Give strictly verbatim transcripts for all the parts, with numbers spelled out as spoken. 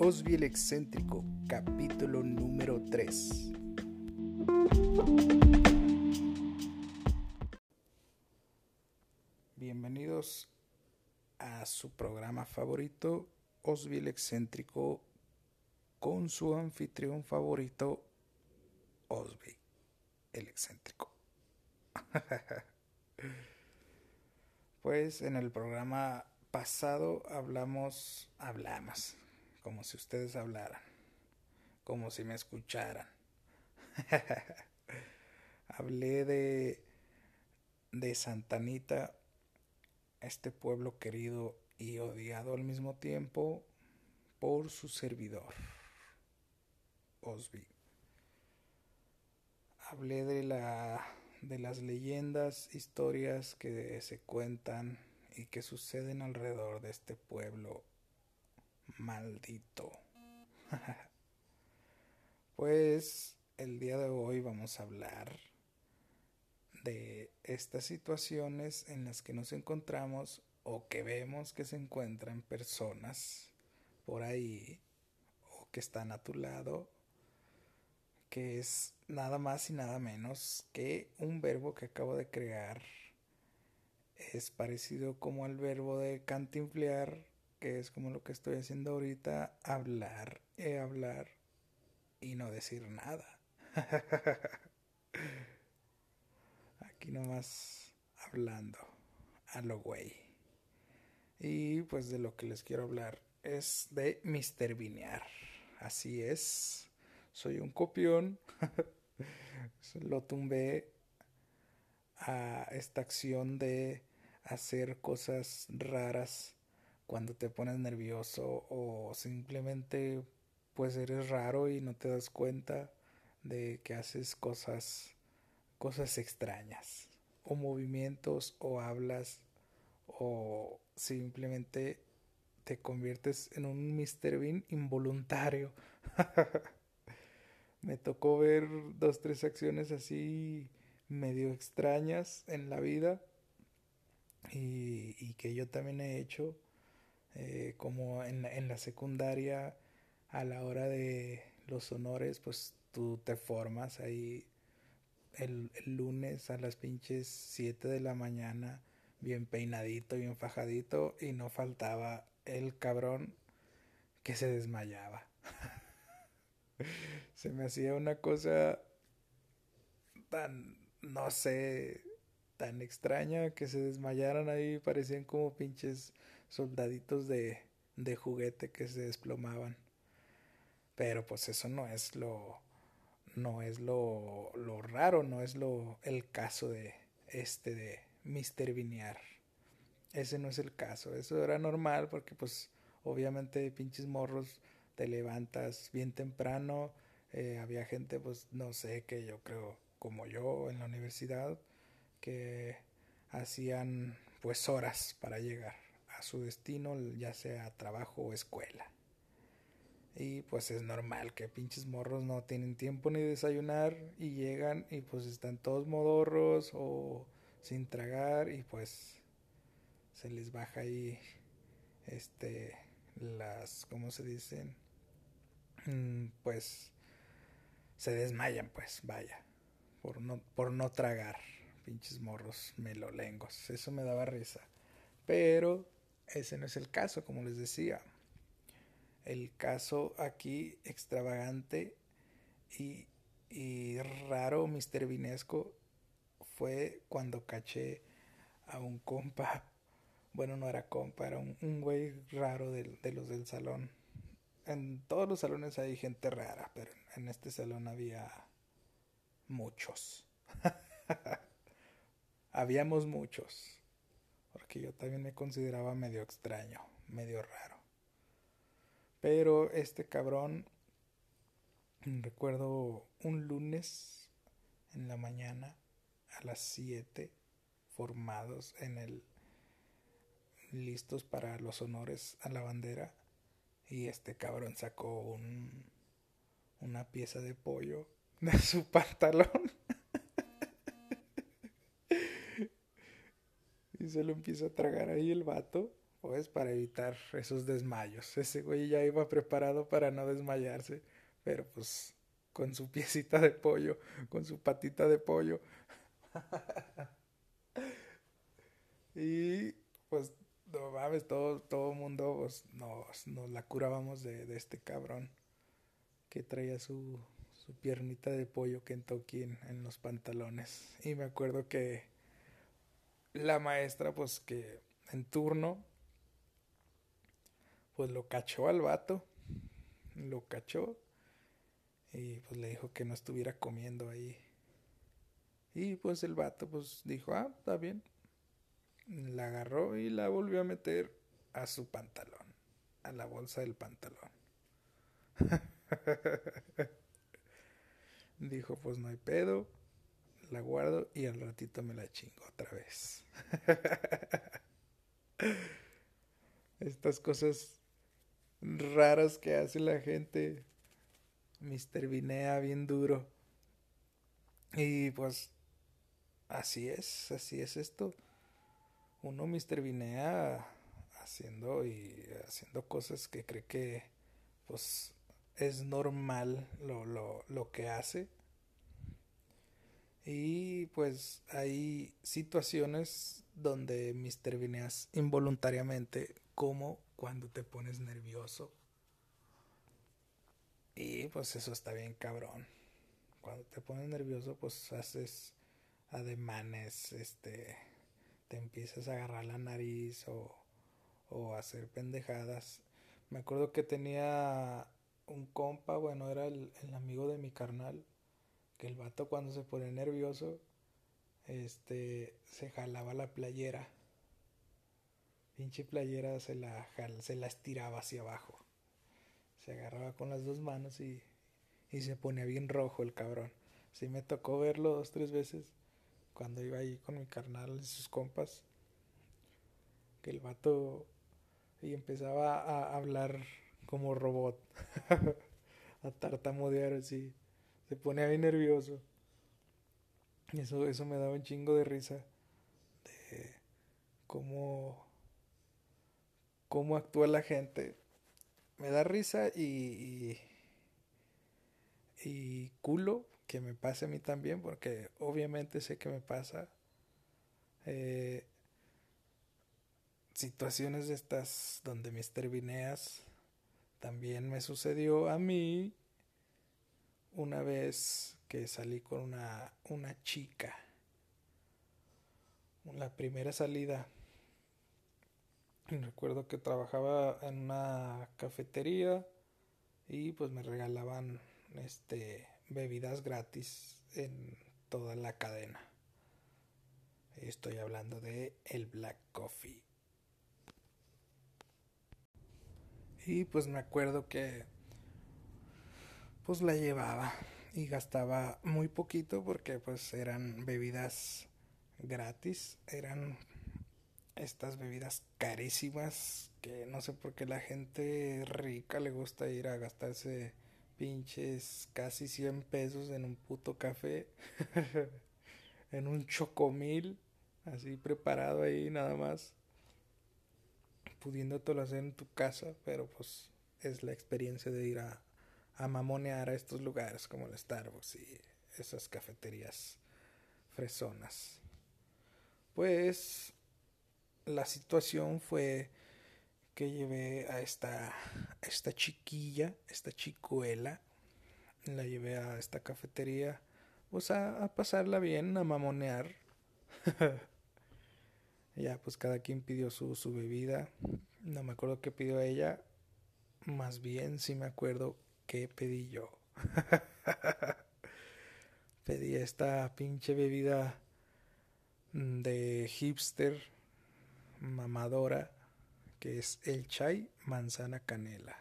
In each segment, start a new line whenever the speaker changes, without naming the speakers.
Osby el excéntrico, capítulo número tres. Bienvenidos a su programa favorito, Osby el excéntrico, con su anfitrión favorito, Osby el excéntrico. Pues en el programa pasado hablamos, hablamos, como si ustedes hablaran, como si me escucharan. Hablé de, de Santa Anita, este pueblo querido y odiado al mismo tiempo por su servidor, Osby. Hablé de la de las leyendas, historias que se cuentan y que suceden alrededor de este pueblo maldito. Pues el día de hoy vamos a hablar de estas situaciones en las que nos encontramos o que vemos que se encuentran personas por ahí o que están a tu lado, que es nada más y nada menos que un verbo que acabo de crear. Es parecido como al verbo de cantinflear, que es como lo que estoy haciendo ahorita, hablar y hablar y no decir nada. Aquí nomás hablando a lo güey. Y pues de lo que les quiero hablar es de mister Vinear. Así es, soy un copión. Lo tumbé a esta acción de hacer cosas raras cuando te pones nervioso o simplemente pues eres raro y no te das cuenta de que haces cosas cosas extrañas o movimientos o hablas o simplemente te conviertes en un mister Bean involuntario. Me tocó ver dos, tres acciones así medio extrañas en la vida y, y que yo también he hecho, eh, como en, en la secundaria a la hora de los honores, pues tú te formas ahí el, el lunes a las pinches siete de la mañana, bien peinadito, bien fajadito, y no faltaba el cabrón que se desmayaba. Se me hacía una cosa tan, no sé, tan extraña que se desmayaran ahí, parecían como pinches soldaditos de, de juguete que se desplomaban. Pero pues eso no es lo, no es lo, lo raro, no es lo, el caso de este de mister Vinear. Ese no es el caso, eso era normal porque pues obviamente pinches morros te levantas bien temprano, eh, había gente pues no sé, que yo creo como yo en la universidad que hacían pues horas para llegar a su destino, ya sea trabajo o escuela. Y pues es normal que pinches morros no tienen tiempo ni de desayunar y llegan y pues están todos modorros o sin tragar y pues se les baja ahí este las, ¿cómo se dicen? Mm, pues se desmayan, pues vaya, por no por no tragar, pinches morros melolengos. Eso me daba risa. Pero ese no es el caso, como les decía. El caso aquí extravagante y, y raro, mister Vinesco, fue cuando caché a un compa. Bueno, no era compa, era un, un güey raro de, de los del salón. En todos los salones hay gente rara, pero en este salón había muchos. Habíamos muchos, porque yo también me consideraba medio extraño, medio raro. Pero este cabrón, recuerdo un lunes en la mañana a las siete, formados en el, listos para los honores a la bandera, y este cabrón sacó un, una pieza de pollo de su pantalón y se lo empieza a tragar ahí el vato, pues para evitar esos desmayos. Ese güey ya iba preparado para no desmayarse, pero pues con su piecita de pollo, con su patita de pollo. Y pues no mames, todo, todo mundo pues, nos, nos la curábamos de, de este cabrón que traía su, su piernita de pollo Kentucky en, en los pantalones. Y me acuerdo que la maestra, pues que en turno, pues lo cachó al vato, lo cachó y pues le dijo que no estuviera comiendo ahí. Y pues el vato pues dijo, ah, está bien. La agarró y la volvió a meter a su pantalón, a la bolsa del pantalón. Dijo, pues no hay pedo, la guardo y al ratito me la chingo otra vez. Estas cosas raras que hace la gente. Mister Vinea bien duro. Y pues así es, así es esto. Uno Mister Vinea haciendo y haciendo cosas que cree que pues es normal lo, lo, lo que hace. Y pues hay situaciones donde Mister Vineas involuntariamente, como cuando te pones nervioso. Y pues eso está bien cabrón. Cuando te pones nervioso pues haces ademanes, este, te empiezas a agarrar la nariz o, o a hacer pendejadas. Me acuerdo que tenía un compa, bueno, era el, el amigo de mi carnal, que el vato cuando se pone nervioso, este, se jalaba la playera. Pinche playera se la, jal, se la estiraba hacia abajo. Se agarraba con las dos manos y, y se ponía bien rojo el cabrón. Sí me tocó verlo dos, tres veces cuando iba ahí con mi carnal y sus compas. Que el vato y empezaba a hablar como robot. A tartamudear así. Se ponía bien nervioso. Y eso, eso me daba un chingo de risa. De cómo, cómo actúa la gente. Me da risa y, y, y culo que me pase a mí también, porque obviamente sé que me pasa. Eh, situaciones de estas donde Mister Vineas también me sucedió a mí una vez que salí con una, una chica. La primera salida. Y recuerdo que trabajaba en una cafetería y pues me regalaban este bebidas gratis en toda la cadena. Estoy hablando de el Black Coffee. Y pues me acuerdo que pues la llevaba y gastaba muy poquito porque pues eran bebidas gratis, eran estas bebidas carísimas que no sé por qué la gente rica le gusta ir a gastarse pinches casi cien pesos en un puto café, en un chocomil, así preparado ahí nada más, pudiéndotelo hacer en tu casa, pero pues es la experiencia de ir a, a mamonear a estos lugares como el Starbucks y esas cafeterías fresonas. Pues la situación fue que llevé a esta, a esta chiquilla, esta chicuela, la llevé a esta cafetería, pues a, a pasarla bien, a mamonear. Ya, pues cada quien pidió su, su bebida. No me acuerdo qué pidió ella, más bien sí me acuerdo qué pedí yo. Pedí esta pinche bebida de hipster mamadora que es el chai manzana canela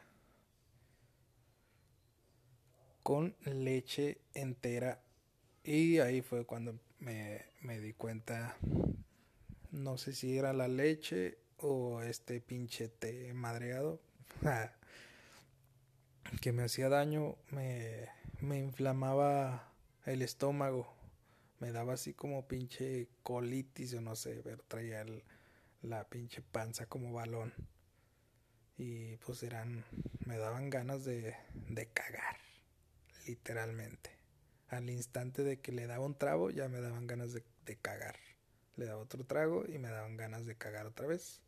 con leche entera. Y ahí fue cuando me, me di cuenta, no sé si era la leche o este pinche té madreado, que me hacía daño, me, me inflamaba el estómago, me daba así como pinche colitis o no sé, pero traía el, la pinche panza como balón. Y pues eran, me daban ganas de, de cagar, literalmente. Al instante de que le daba un trago, ya me daban ganas de, de cagar. Le daba otro trago y me daban ganas de cagar otra vez.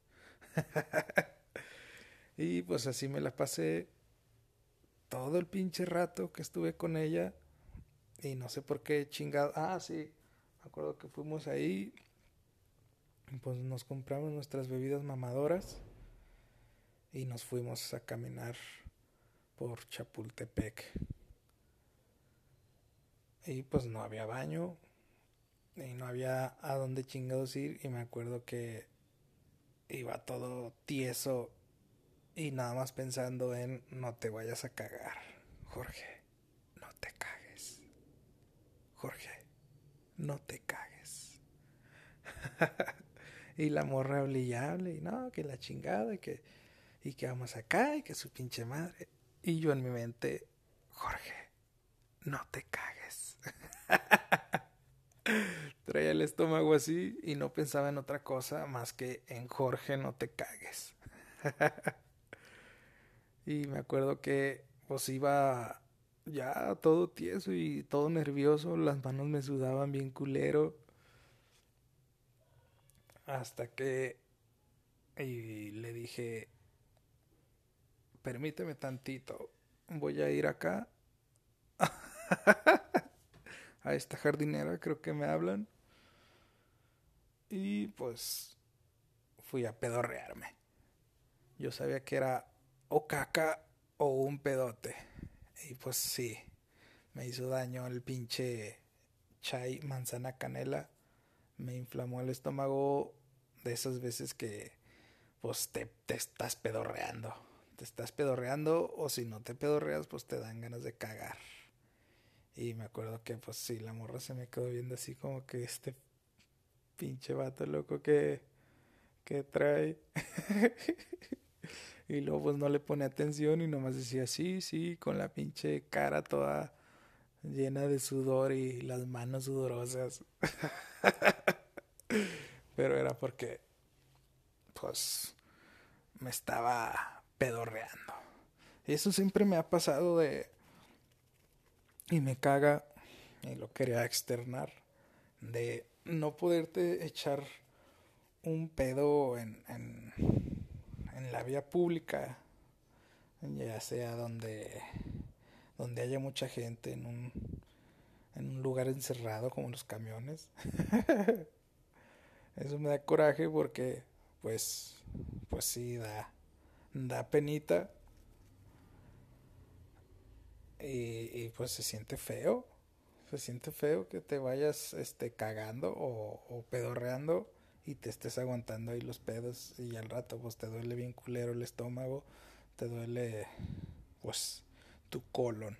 Y pues así me la pasé todo el pinche rato que estuve con ella. Y no sé por qué chingado. Ah, sí. Me acuerdo que fuimos ahí. Pues nos compramos nuestras bebidas mamadoras. Y nos fuimos a caminar por Chapultepec. Y pues no había baño. Y no había a dónde chingados ir. Y me acuerdo que iba todo tieso. Y nada más pensando en no te vayas a cagar, Jorge. No te cagues. Jorge, no te cagues. Y la morra brillable, y no, que la chingada, y que, y que vamos acá, y que su pinche madre. Y yo en mi mente, Jorge, no te cagues. Traía el estómago así y no pensaba en otra cosa más que en Jorge, no te cagues. Y me acuerdo que pues iba ya todo tieso y todo nervioso, las manos me sudaban bien culero. Hasta que y le dije, permíteme tantito, voy a ir acá a esta jardinera, creo que me hablan. Y pues fui a pedorrearme. Yo sabía que era o caca o un pedote. Y pues sí, me hizo daño el pinche chai manzana canela. Me inflamó el estómago de esas veces que pues te, te estás pedorreando. Te estás pedorreando o si no te pedorreas pues te dan ganas de cagar. Y me acuerdo que pues sí, la morra se me quedó viendo así como que este pinche vato loco que, que trae. Y luego pues no le pone atención y nomás decía sí, sí, con la pinche cara toda llena de sudor y las manos sudorosas. Pero era porque pues me estaba pedorreando. Y eso siempre me ha pasado de... Y me caga, y lo quería externar, de no poderte echar un pedo en, en, en la vía pública, ya sea donde, donde haya mucha gente, en un, en un lugar encerrado como los camiones. Eso me da coraje porque, pues, pues sí, da, da penita y, y pues se siente feo. Se siente feo que te vayas este cagando o, o pedorreando y te estés aguantando ahí los pedos y al rato pues te duele bien culero el estómago, te duele pues tu colon.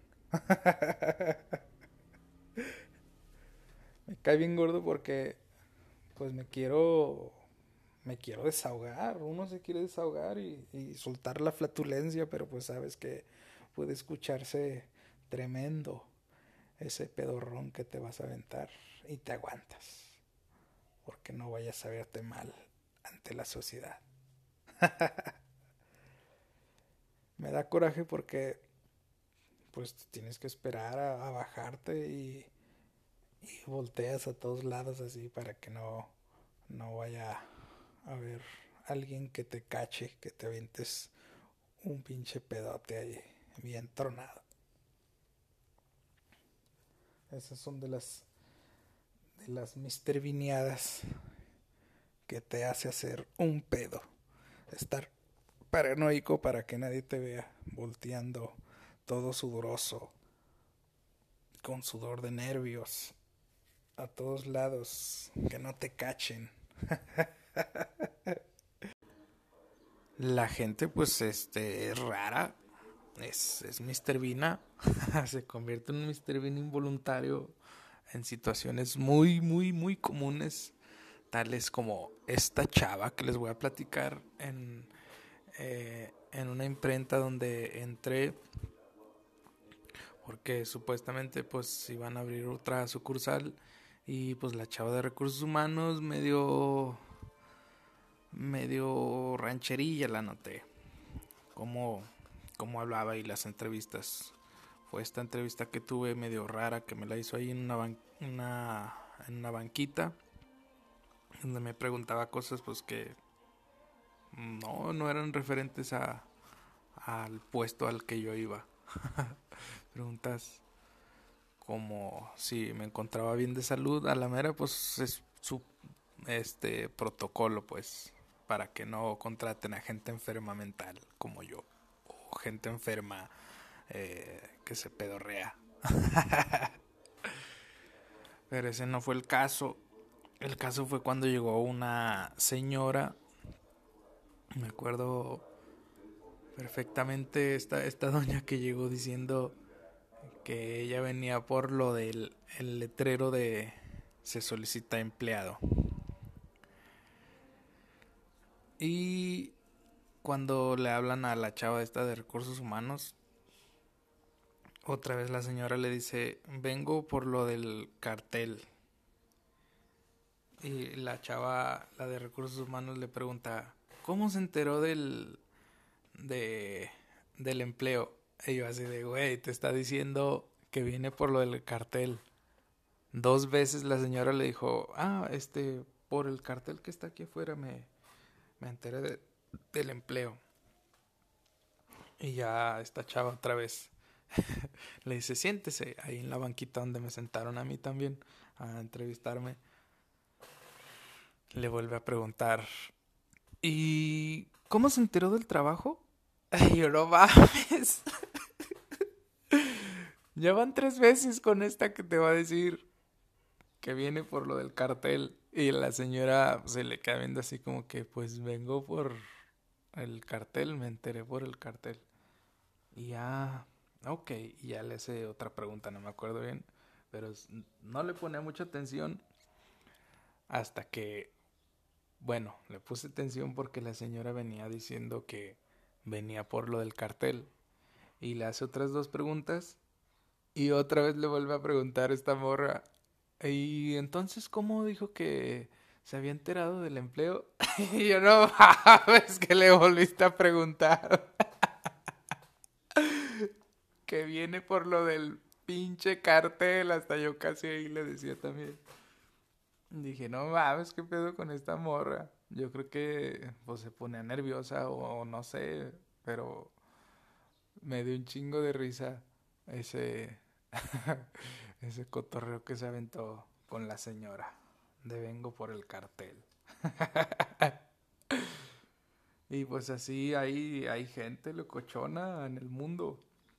Me cae bien gordo porque pues me quiero me quiero desahogar, uno se quiere desahogar y, y soltar la flatulencia, pero pues sabes que puede escucharse tremendo ese pedorrón que te vas a aventar y te aguantas porque no vayas a verte mal ante la sociedad. Me da coraje porque pues tienes que esperar a, a bajarte y, y volteas a todos lados así para que no, no vaya a haber alguien que te cache, que te avientes un pinche pedote ahí bien tronado. Esas son de las de las mister Vineadas que te hace hacer un pedo. Estar paranoico para que nadie te vea volteando todo sudoroso, con sudor de nervios, a todos lados, que no te cachen. La gente pues este es rara, es, es mister Vina, se convierte en un mister Vina involuntario en situaciones muy, muy, muy comunes, tales como esta chava que les voy a platicar en, eh, en una imprenta donde entré porque supuestamente pues iban a abrir otra sucursal y pues la chava de recursos humanos medio medio rancherilla la noté. Cómo, cómo hablaba y las entrevistas. Fue esta entrevista que tuve medio rara, que me la hizo ahí en una, ban- una, en una banquita, donde me preguntaba cosas pues que no, no eran referentes a, al puesto al que yo iba. Preguntas como si me encontraba bien de salud. A la mera pues es su este protocolo pues para que no contraten a gente enferma mental como yo, o gente enferma eh, que se pedorrea. Pero ese no fue el caso. El caso fue cuando llegó una señora, me acuerdo perfectamente, esta, esta doña que llegó diciendo que ella venía por lo del el letrero de se solicita empleado. Y cuando le hablan a la chava esta de recursos humanos, otra vez la señora le dice, vengo por lo del cartel. Y la chava, la de recursos humanos, le pregunta, ¿cómo se enteró del, de, del empleo? Y yo así de, güey, te está diciendo que viene por lo del cartel. Dos veces la señora le dijo, ah, este, por el cartel que está aquí afuera me, me enteré de, del empleo. Y ya esta chava otra vez le dice, siéntese ahí en la banquita donde me sentaron a mí también a entrevistarme. Le vuelve a preguntar, ¿y cómo se enteró del trabajo? Y yo, no mames. Ya van tres veces con esta que te va a decir que viene por lo del cartel. Y la señora se le queda viendo así como que, pues vengo por el cartel, me enteré por el cartel. Y ya, ok, y ya le hace otra pregunta, no me acuerdo bien. Pero no le ponía mucha atención hasta que, bueno, le puse atención porque la señora venía diciendo que venía por lo del cartel. Y le hace otras dos preguntas. Y otra vez le vuelve a preguntar esta morra. Y entonces, ¿cómo dijo que se había enterado del empleo? Y yo, no mames, que le volviste a preguntar. Que viene por lo del pinche cartel. Hasta yo casi ahí le decía también. Dije, no mames, ¿qué pedo con esta morra? Yo creo que pues se ponía nerviosa o, o no sé, pero me dio un chingo de risa ese ese cotorreo que se aventó con la señora de vengo por el cartel. Y pues así hay, hay gente locochona en el mundo.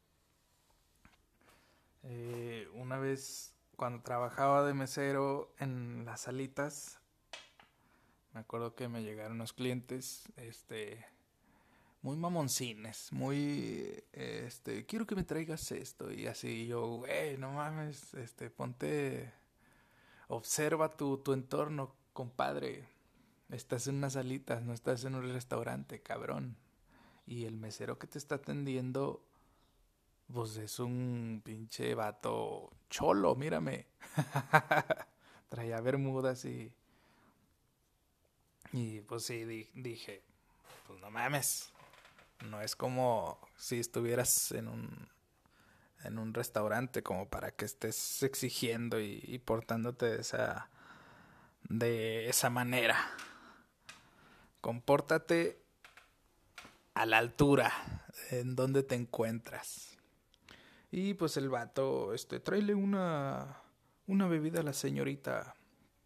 Eh, una vez cuando trabajaba de mesero en las salitas, me acuerdo que me llegaron unos clientes, este, muy mamoncines, muy, este, quiero que me traigas esto y así yo, güey, no mames, este, ponte, observa tu, tu entorno, compadre. Estás en unas salitas, no estás en un restaurante, cabrón. Y el mesero que te está atendiendo, pues es un pinche vato cholo, mírame. Traía bermudas y... Y pues sí, di- dije, pues no mames. No es como si estuvieras en un, en un restaurante como para que estés exigiendo y, y portándote de esa, de esa manera. Compórtate a la altura en donde te encuentras. Y pues el vato, este, tráele una, una bebida a la señorita.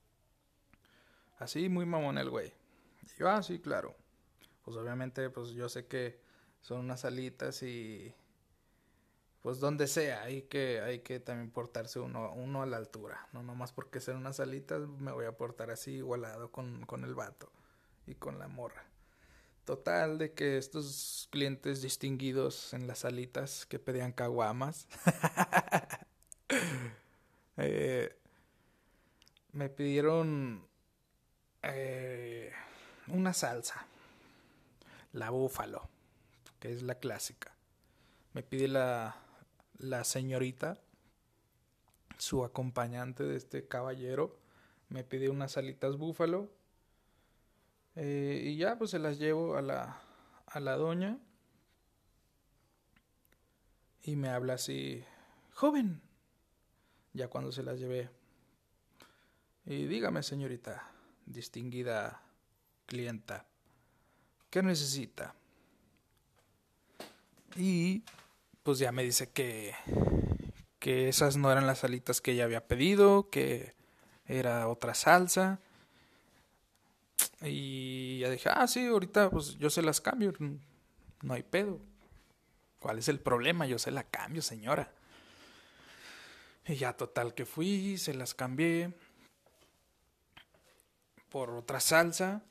Así, muy mamón el güey. Y yo, ah, sí, claro. Pues obviamente, pues yo sé que son unas alitas y pues donde sea, hay que, hay que también portarse uno, uno a la altura. No nomás porque sean unas alitas me voy a portar así igualado con, con el vato y con la morra. Total de que estos clientes distinguidos en las salitas que pedían caguamas eh, me pidieron eh, una salsa, la búfalo, que es la clásica. Me pide la, la señorita, su acompañante de este caballero, me pide unas alitas búfalo, Eh, y ya pues se las llevo a la, a la doña y me habla así, joven, ya cuando se las llevé. Y dígame, señorita, distinguida clienta, ¿qué necesita? Y pues ya me dice que, que esas no eran las alitas que ella había pedido, que era otra salsa. Y ya dije, ah, sí, ahorita pues yo se las cambio, no hay pedo. ¿Cuál es el problema? Yo se la cambio, señora. Y ya total que fui, se las cambié por otra salsa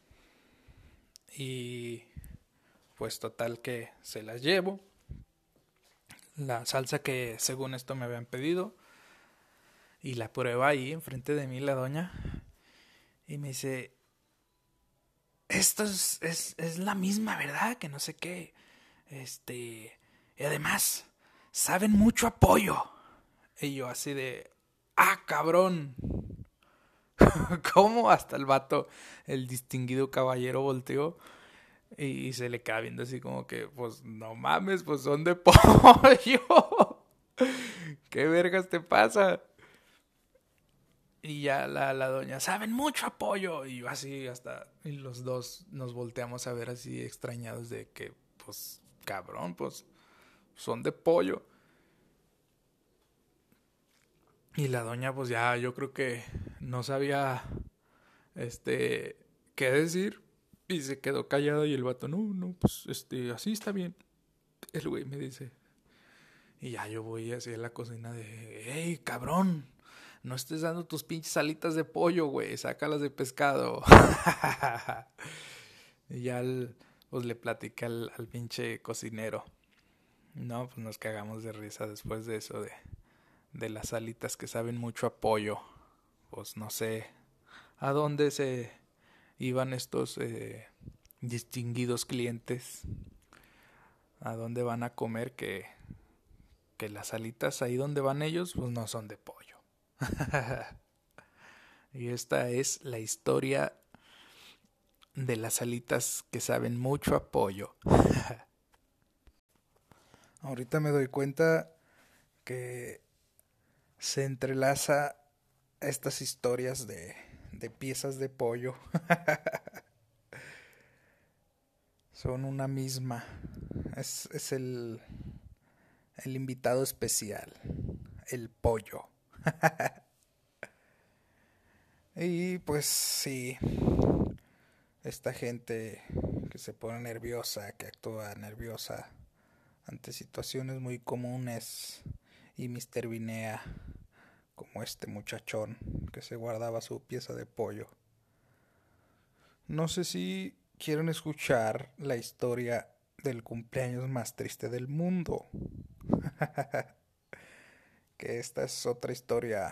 y pues total que se las llevo. La salsa que según esto me habían pedido y la prueba ahí enfrente de mí la doña y me dice, esto es, es, es la misma, ¿verdad? Que no sé qué. Este, y además, saben mucho a pollo. Y yo así de, ah, cabrón. ¿Cómo? Hasta el vato, el distinguido caballero volteó y se le queda viendo así como que, pues no mames, pues son de pollo. ¿Qué vergas te pasa? Y ya la, la doña, saben mucho a pollo. Y yo así hasta, y los dos nos volteamos a ver así extrañados de que, pues, cabrón, pues, son de pollo. Y la doña, pues ya, yo creo que no sabía, este, qué decir. Y se quedó callado y el vato, no, no, pues, este, así está bien. El güey me dice. Y ya yo voy así a la cocina de, hey, cabrón, no estés dando tus pinches alitas de pollo, güey, sácalas de pescado. Y ya el, pues le platiqué al, al pinche cocinero. No, pues nos cagamos de risa después de eso, de, de las alitas que saben mucho a pollo. Pues no sé a dónde se iban estos eh, distinguidos clientes. A dónde van a comer que, que las alitas ahí donde van ellos, pues no son de pollo. Y esta es la historia de las alitas que saben mucho a pollo. Ahorita me doy cuenta que se entrelaza estas historias de, de piezas de pollo. Son una misma. Es, es el, el invitado especial. El pollo. Y pues sí, esta gente que se pone nerviosa, que actúa nerviosa ante situaciones muy comunes y mister Vinea, como este muchachón que se guardaba su pieza de pollo. No sé si quieren escuchar la historia del cumpleaños más triste del mundo. Que esta es otra historia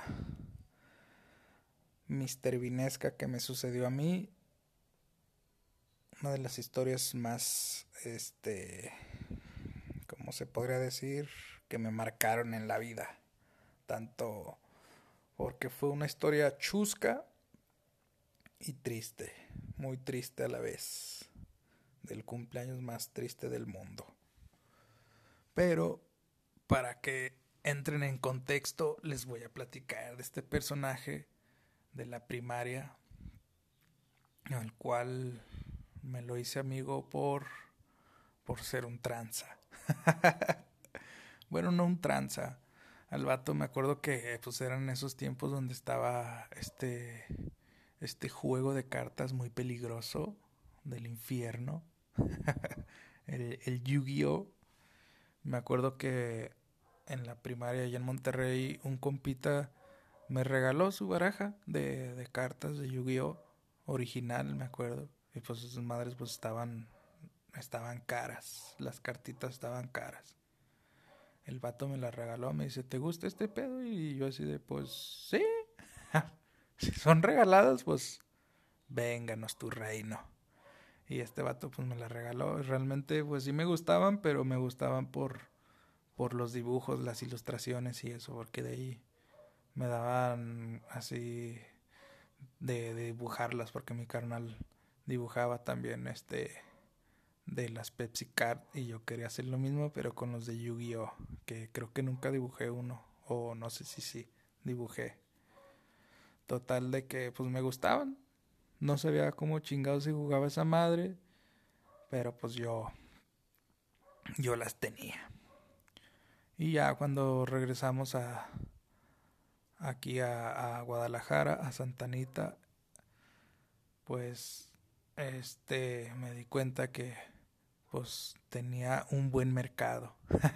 mister Vinesca que me sucedió a mí. Una de las historias más, este, ¿cómo se podría decir? Que me marcaron en la vida. Tanto porque fue una historia chusca y triste, muy triste a la vez, del cumpleaños más triste del mundo. Pero para que entren en contexto, les voy a platicar de este personaje de la primaria, al cual me lo hice amigo por, por ser un tranza. Bueno, no un tranza. Al vato me acuerdo que pues eran esos tiempos donde estaba este este juego de cartas muy peligroso del infierno. el, el Yu-Gi-Oh. Me acuerdo que en la primaria allá en Monterrey un compita me regaló su baraja de, de cartas de Yu-Gi-Oh original, me acuerdo. Y pues sus madres pues estaban estaban caras, las cartitas estaban caras. El vato me la regaló, me dice, ¿te gusta este pedo? Y yo así de, pues, sí. Si son regaladas, pues, vénganos tu reino. Y este vato, pues, me la regaló. Realmente, pues, sí me gustaban, pero me gustaban por, por los dibujos, las ilustraciones y eso, porque de ahí me daban así de, de dibujarlas, porque mi carnal dibujaba también este de las Pepsi Card y yo quería hacer lo mismo pero con los de Yu-Gi-Oh, que creo que nunca dibujé uno o no sé si sí dibujé. Total de que pues me gustaban. No sabía cómo chingados se jugaba esa madre, pero pues yo yo las tenía. Y ya cuando regresamos a aquí a, a Guadalajara, a Santa Anita, pues este me di cuenta que pues tenía un buen mercado.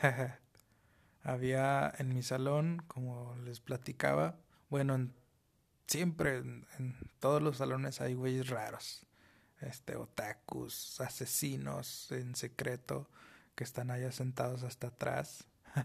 Había en mi salón, como les platicaba, bueno, en, siempre en, en todos los salones hay güeyes raros, este, otakus, asesinos en secreto que están allá sentados hasta atrás.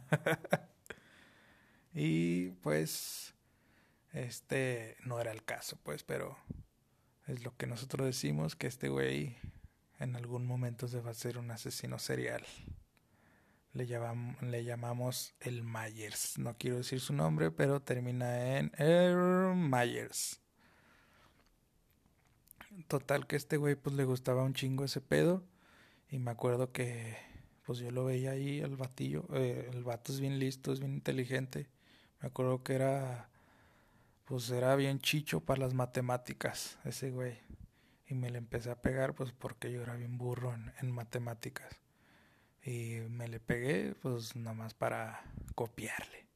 Y pues este no era el caso, pues, pero es lo que nosotros decimos, que este güey en algún momento se va a hacer un asesino serial. Le, llamam, le llamamos el Myers. No quiero decir su nombre, pero termina en el Myers. Total que este güey pues le gustaba un chingo ese pedo. Y me acuerdo que pues yo lo veía ahí, el batillo. Eh, el vato es bien listo, es bien inteligente. Me acuerdo que era pues era bien chicho para las matemáticas ese güey. Y me le empecé a pegar pues porque yo era bien burro en, en matemáticas. Y me le pegué pues nomás para copiarle.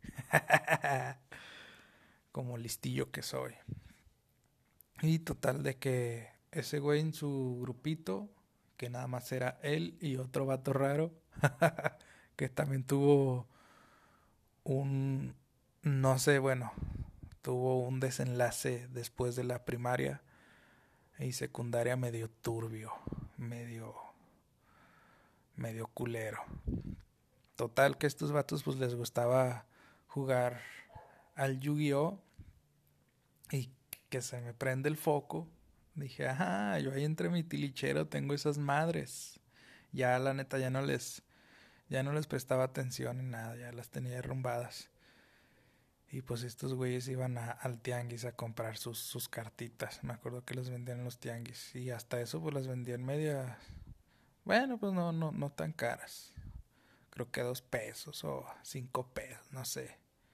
Como listillo que soy. Y total de que ese güey en su grupito, que nada más era él y otro vato raro, que también tuvo un, no sé, bueno, tuvo un desenlace después de la primaria y secundaria medio turbio, medio, medio culero. Total que a estos vatos pues les gustaba jugar al Yu-Gi-Oh y que se me prende el foco. Dije, ajá, yo ahí entre mi tilichero tengo esas madres. Ya la neta ya no les, ya no les prestaba atención ni nada, ya las tenía derrumbadas. Y pues estos güeyes iban a, al tianguis a comprar sus, sus cartitas. Me acuerdo que las vendían en los tianguis. Y hasta eso pues las vendían media, bueno, pues no, no, no tan caras. Creo que dos pesos o cinco pesos, no sé.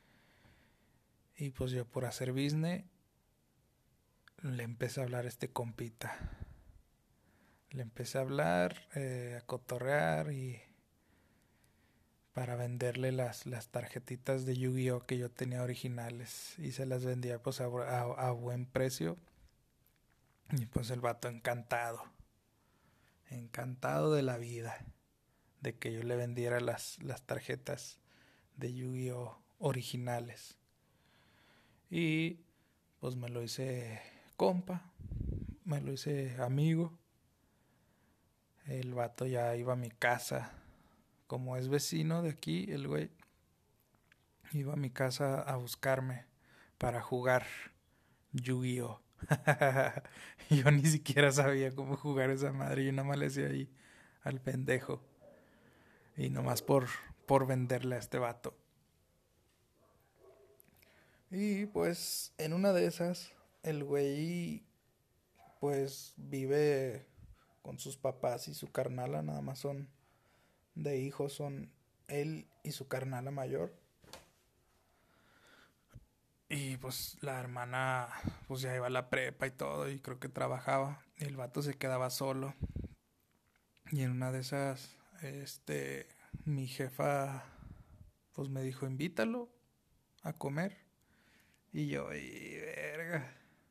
Y pues yo por hacer business le empecé a hablar a este compita. Le empecé a hablar, eh, a cotorrear y para venderle las, las tarjetitas de Yu-Gi-Oh que yo tenía originales y se las vendía pues a, a, a buen precio. Y pues el vato encantado, encantado de la vida de que yo le vendiera las, las tarjetas de Yu-Gi-Oh originales. Y pues me lo hice compa, me lo hice amigo. El vato ya iba a mi casa, como es vecino de aquí, el güey iba a mi casa a buscarme para jugar Yu-Gi-Oh. Yo ni siquiera sabía cómo jugar esa madre, yo nomás le decía ahí al pendejo. Y nomás por, por venderle a este vato. Y pues en una de esas, el güey pues vive con sus papás y su carnala, nada más son de hijos, son él y su carnala mayor. Y pues la hermana pues ya iba a la prepa y todo y creo que trabajaba. Y el vato se quedaba solo. Y en una de esas, este, mi jefa pues me dijo, invítalo a comer. Y yo, y verga.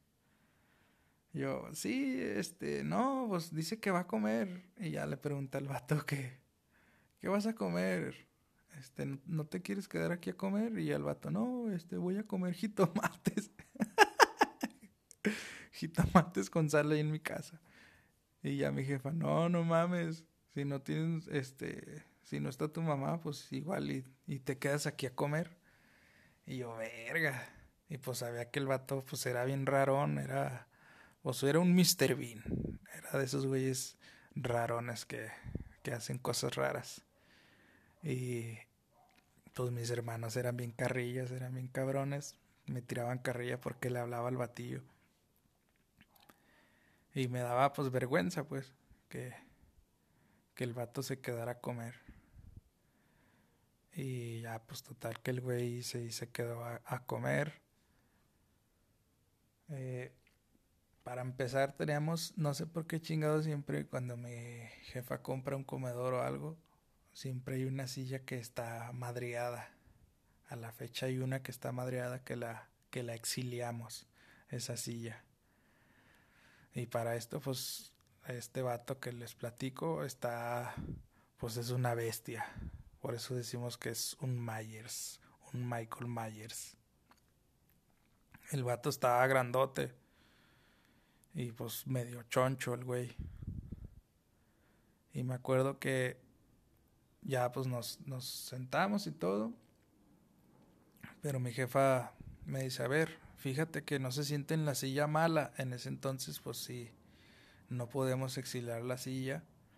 Yo, sí, este, no, pues dice que va a comer. Y ya le pregunté al vato que, ¿qué vas a comer? Este, ¿no, no te quieres quedar aquí a comer? Y el vato, no, este, voy a comer jitomates. Jitomates con sal ahí en mi casa. Y ya mi jefa, no, no mames. Si no tienes, este, si no está tu mamá, pues igual y, y te quedas aquí a comer. Y yo, verga. Y pues sabía que el vato, pues era bien rarón, era, o sea, era un míster Bean. Era de esos güeyes rarones que, que hacen cosas raras. Y pues mis hermanos eran bien carrillas, eran bien cabrones. Me tiraban carrilla porque le hablaba al batillo. Y me daba pues vergüenza pues que, que el vato se quedara a comer. Y ya pues total que el güey se, se quedó a, a comer. Eh, para empezar teníamos, no sé por qué chingado siempre cuando mi jefa compra un comedor o algo, siempre hay una silla que está madreada. A la fecha hay una que está madreada que la, que la exiliamos, esa silla. Y para esto, pues, este vato que les platico está, pues es una bestia. Por eso decimos que es un Myers, un Michael Myers. El vato estaba grandote y pues medio choncho el güey. Y me acuerdo que ya pues nos, nos sentamos y todo. Pero mi jefa me dice, a ver, fíjate que no se siente en la silla mala. En ese entonces, pues sí, no podemos exiliar la silla.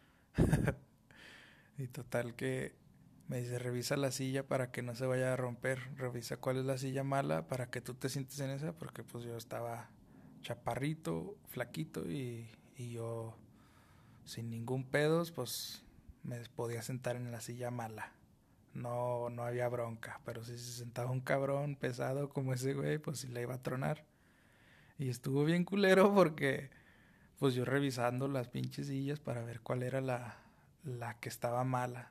Y total que me dice, revisa la silla para que no se vaya a romper. Revisa cuál es la silla mala para que tú te sientes en esa. Porque pues yo estaba chaparrito, flaquito y, y yo sin ningún pedos, pues me podía sentar en la silla mala. No, no había bronca, pero si se sentaba un cabrón pesado como ese güey, pues sí le iba a tronar. Y estuvo bien culero porque pues yo revisando las pinches sillas para ver cuál era la, la que estaba mala.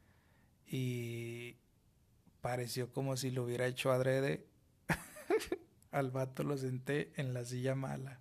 Y pareció como si lo hubiera hecho adrede. Al vato lo senté en la silla mala.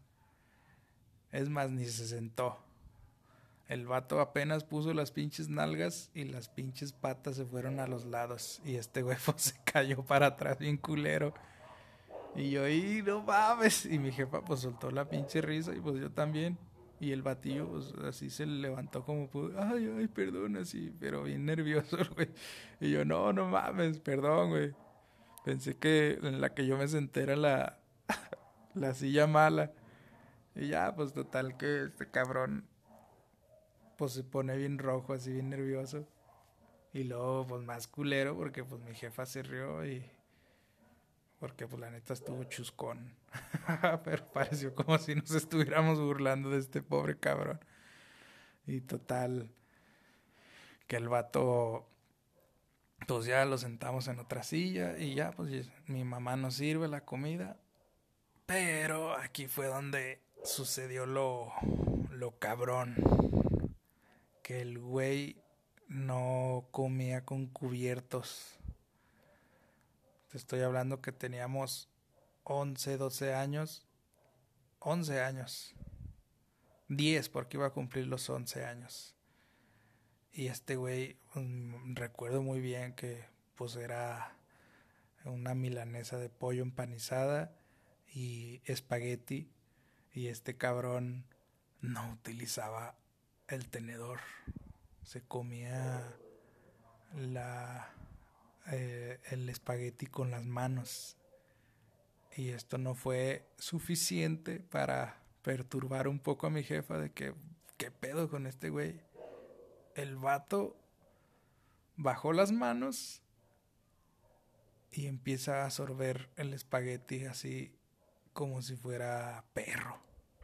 Es más, ni se sentó. El vato apenas puso las pinches nalgas y las pinches patas se fueron a los lados. Y este güey pues, se cayó para atrás bien culero. Y yo, y no mames. Y mi jefa pues soltó la pinche risa y pues yo también. Y el batillo pues así se levantó como pudo. Ay, ay, perdón, así. Pero bien nervioso, güey. Y yo, no, no mames, perdón, güey. Pensé que en la que yo me senté era la, la silla mala. Y ya, pues total que este cabrón pues se pone bien rojo, así bien nervioso. Y luego pues más culero porque pues mi jefa se rió y... Porque pues la neta estuvo chuscón. Pero pareció como si nos estuviéramos burlando de este pobre cabrón. Y total, que el vato... Pues ya lo sentamos en otra silla y ya pues mi mamá nos sirve la comida. Pero aquí fue donde sucedió lo, lo cabrón. Que el güey no comía con cubiertos. Te estoy hablando que teníamos once, doce años. once años. diez porque iba a cumplir los once años. Y este güey, um, recuerdo muy bien que pues era una milanesa de pollo empanizada y espagueti. Y este cabrón no utilizaba el tenedor. Se comía la, eh, el espagueti con las manos. Y esto no fue suficiente para perturbar un poco a mi jefa de que, ¿qué pedo con este güey? El vato bajó las manos y empieza a sorber el espagueti así como si fuera perro.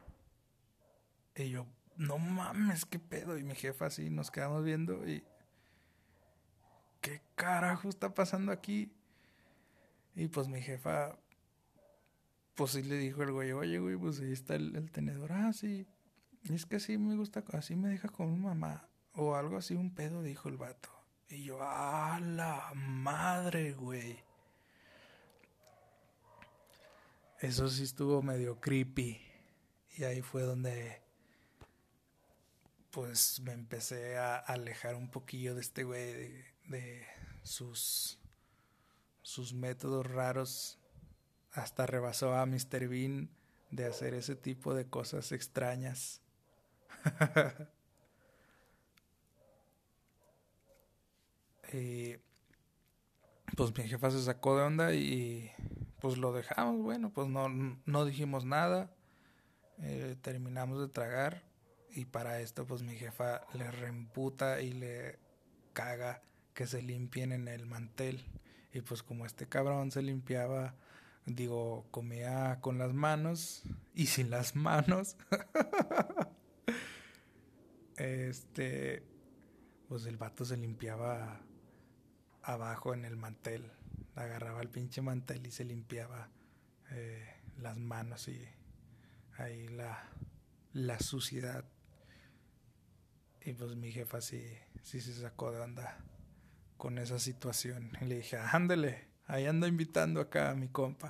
Y yo, no mames, qué pedo. Y mi jefa así nos quedamos viendo y... ¿Qué carajo está pasando aquí? Y pues mi jefa, pues sí le dijo el güey, oye güey, pues ahí está el, el tenedor. Ah, sí, es que así me gusta, así me deja con mi mamá. O algo así, un pedo, dijo el vato. Y yo, ¡ah, la madre, güey! Eso sí estuvo medio creepy. Y ahí fue donde, pues, me empecé a alejar un poquillo de este güey, de, de sus, sus métodos raros. Hasta rebasó a míster Bean de hacer ese tipo de cosas extrañas. Y pues mi jefa se sacó de onda y pues lo dejamos. Bueno, pues no, no dijimos nada. Eh, terminamos de tragar y para esto pues mi jefa le reemputa y le caga que se limpien en el mantel. Y pues como este cabrón se limpiaba Digo, comía con las manos y sin las manos. este, pues el vato se limpiaba abajo en el mantel. Agarraba el pinche mantel y se limpiaba eh, las manos y ahí la, la suciedad. Y pues mi jefa sí, sí se sacó de onda con esa situación. Y le dije, ándale, ahí anda invitando acá a mi compa.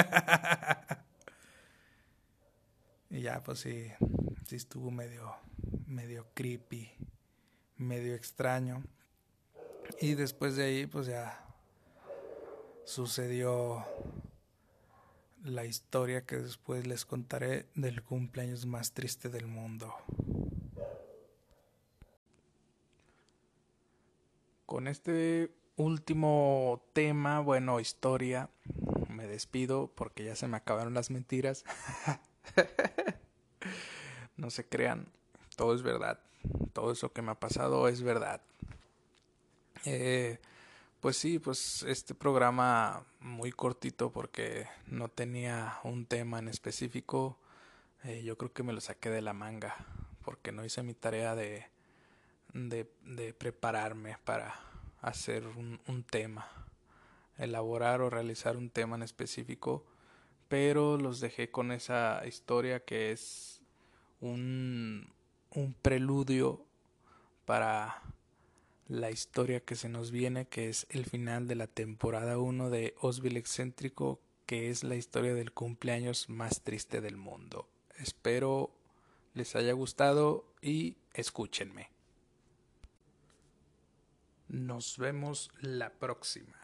Y ya pues sí, sí estuvo medio, medio creepy, medio extraño. Y después de ahí pues ya sucedió la historia que después les contaré del cumpleaños más triste del mundo. Con este último tema, bueno, historia, me despido porque ya se me acabaron las mentiras. No se crean, todo es verdad. Todo eso que me ha pasado es verdad. Eh, pues sí, pues este programa muy cortito porque no tenía un tema en específico. Eh, yo creo que me lo saqué de la manga porque no hice mi tarea de, de, de prepararme para hacer un, un tema, elaborar o realizar un tema en específico, pero los dejé con esa historia que es un, un preludio para la historia que se nos viene, que es el final de la temporada uno de Osville Excéntrico, que es la historia del cumpleaños más triste del mundo. Espero les haya gustado y escúchenme. Nos vemos la próxima.